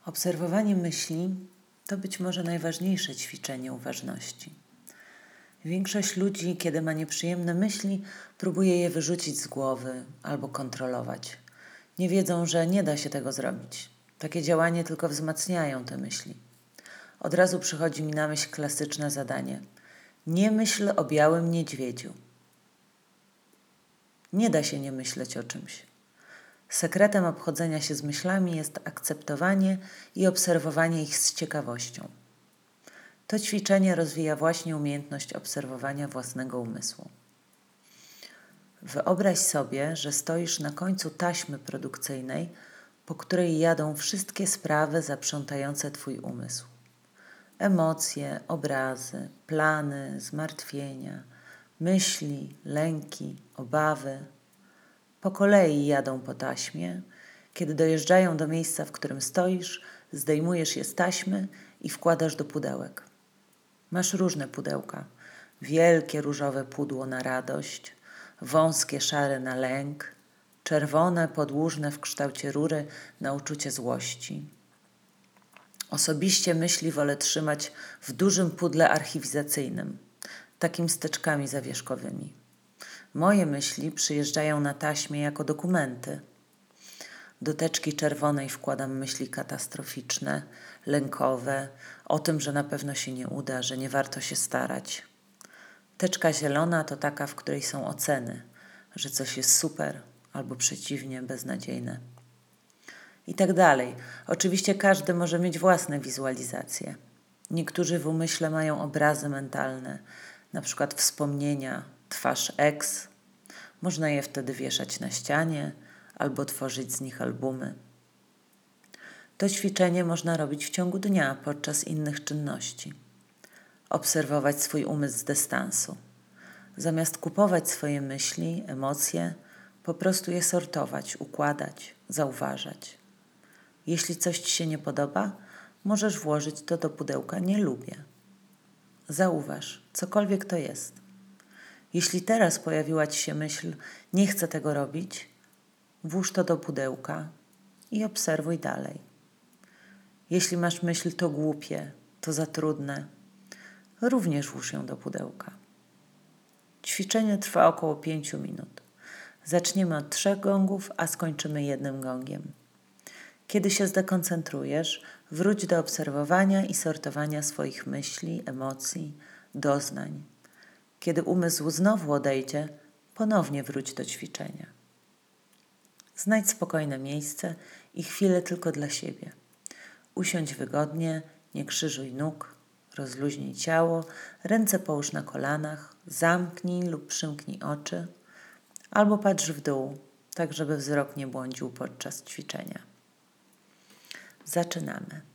Obserwowanie myśli to być może najważniejsze ćwiczenie uważności. Większość ludzi, kiedy ma nieprzyjemne myśli, próbuje je wyrzucić z głowy albo kontrolować. Nie wiedzą, że nie da się tego zrobić. Takie działanie tylko wzmacniają te myśli. Od razu przychodzi mi na myśl klasyczne zadanie. Nie myśl o białym niedźwiedziu. Nie da się nie myśleć o czymś. Sekretem obchodzenia się z myślami jest akceptowanie i obserwowanie ich z ciekawością. To ćwiczenie rozwija właśnie umiejętność obserwowania własnego umysłu. Wyobraź sobie, że stoisz na końcu taśmy produkcyjnej, po której jadą wszystkie sprawy zaprzątające Twój umysł. Emocje, obrazy, plany, zmartwienia, myśli, lęki, obawy. Po kolei jadą po taśmie. Kiedy dojeżdżają do miejsca, w którym stoisz, zdejmujesz je z taśmy i wkładasz do pudełek. Masz różne pudełka. Wielkie różowe pudło na radość, wąskie szare na lęk, czerwone podłużne w kształcie rury na uczucie złości. Osobiście myśli wolę trzymać w dużym pudle archiwizacyjnym, takim z teczkami zawieszkowymi. Moje myśli przyjeżdżają na taśmie jako dokumenty. Do teczki czerwonej wkładam myśli katastroficzne, lękowe, o tym, że na pewno się nie uda, że nie warto się starać. Teczka zielona to taka, w której są oceny, że coś jest super albo przeciwnie, beznadziejne. I tak dalej. Oczywiście każdy może mieć własne wizualizacje. Niektórzy w umyśle mają obrazy mentalne, na przykład wspomnienia, twarz ex. Można je wtedy wieszać na ścianie albo tworzyć z nich albumy. To ćwiczenie można robić w ciągu dnia podczas innych czynności. Obserwować swój umysł z dystansu. Zamiast kupować swoje myśli, emocje, po prostu je sortować, układać, zauważać. Jeśli coś Ci się nie podoba, możesz włożyć to do pudełka nie lubię. Zauważ, cokolwiek to jest. Jeśli teraz pojawiła Ci się myśl nie chcę tego robić, włóż to do pudełka i obserwuj dalej. Jeśli masz myśl to głupie, to za trudne, również włóż ją do pudełka. Ćwiczenie trwa około 5 minut. Zaczniemy od 3 gongów, a skończymy 1 gongiem. Kiedy się zdekoncentrujesz, wróć do obserwowania i sortowania swoich myśli, emocji, doznań. Kiedy umysł znowu odejdzie, ponownie wróć do ćwiczenia. Znajdź spokojne miejsce i chwilę tylko dla siebie. Usiądź wygodnie, nie krzyżuj nóg, rozluźnij ciało, ręce połóż na kolanach, zamknij lub przymknij oczy albo patrz w dół, tak żeby wzrok nie błądził podczas ćwiczenia. Zaczynamy.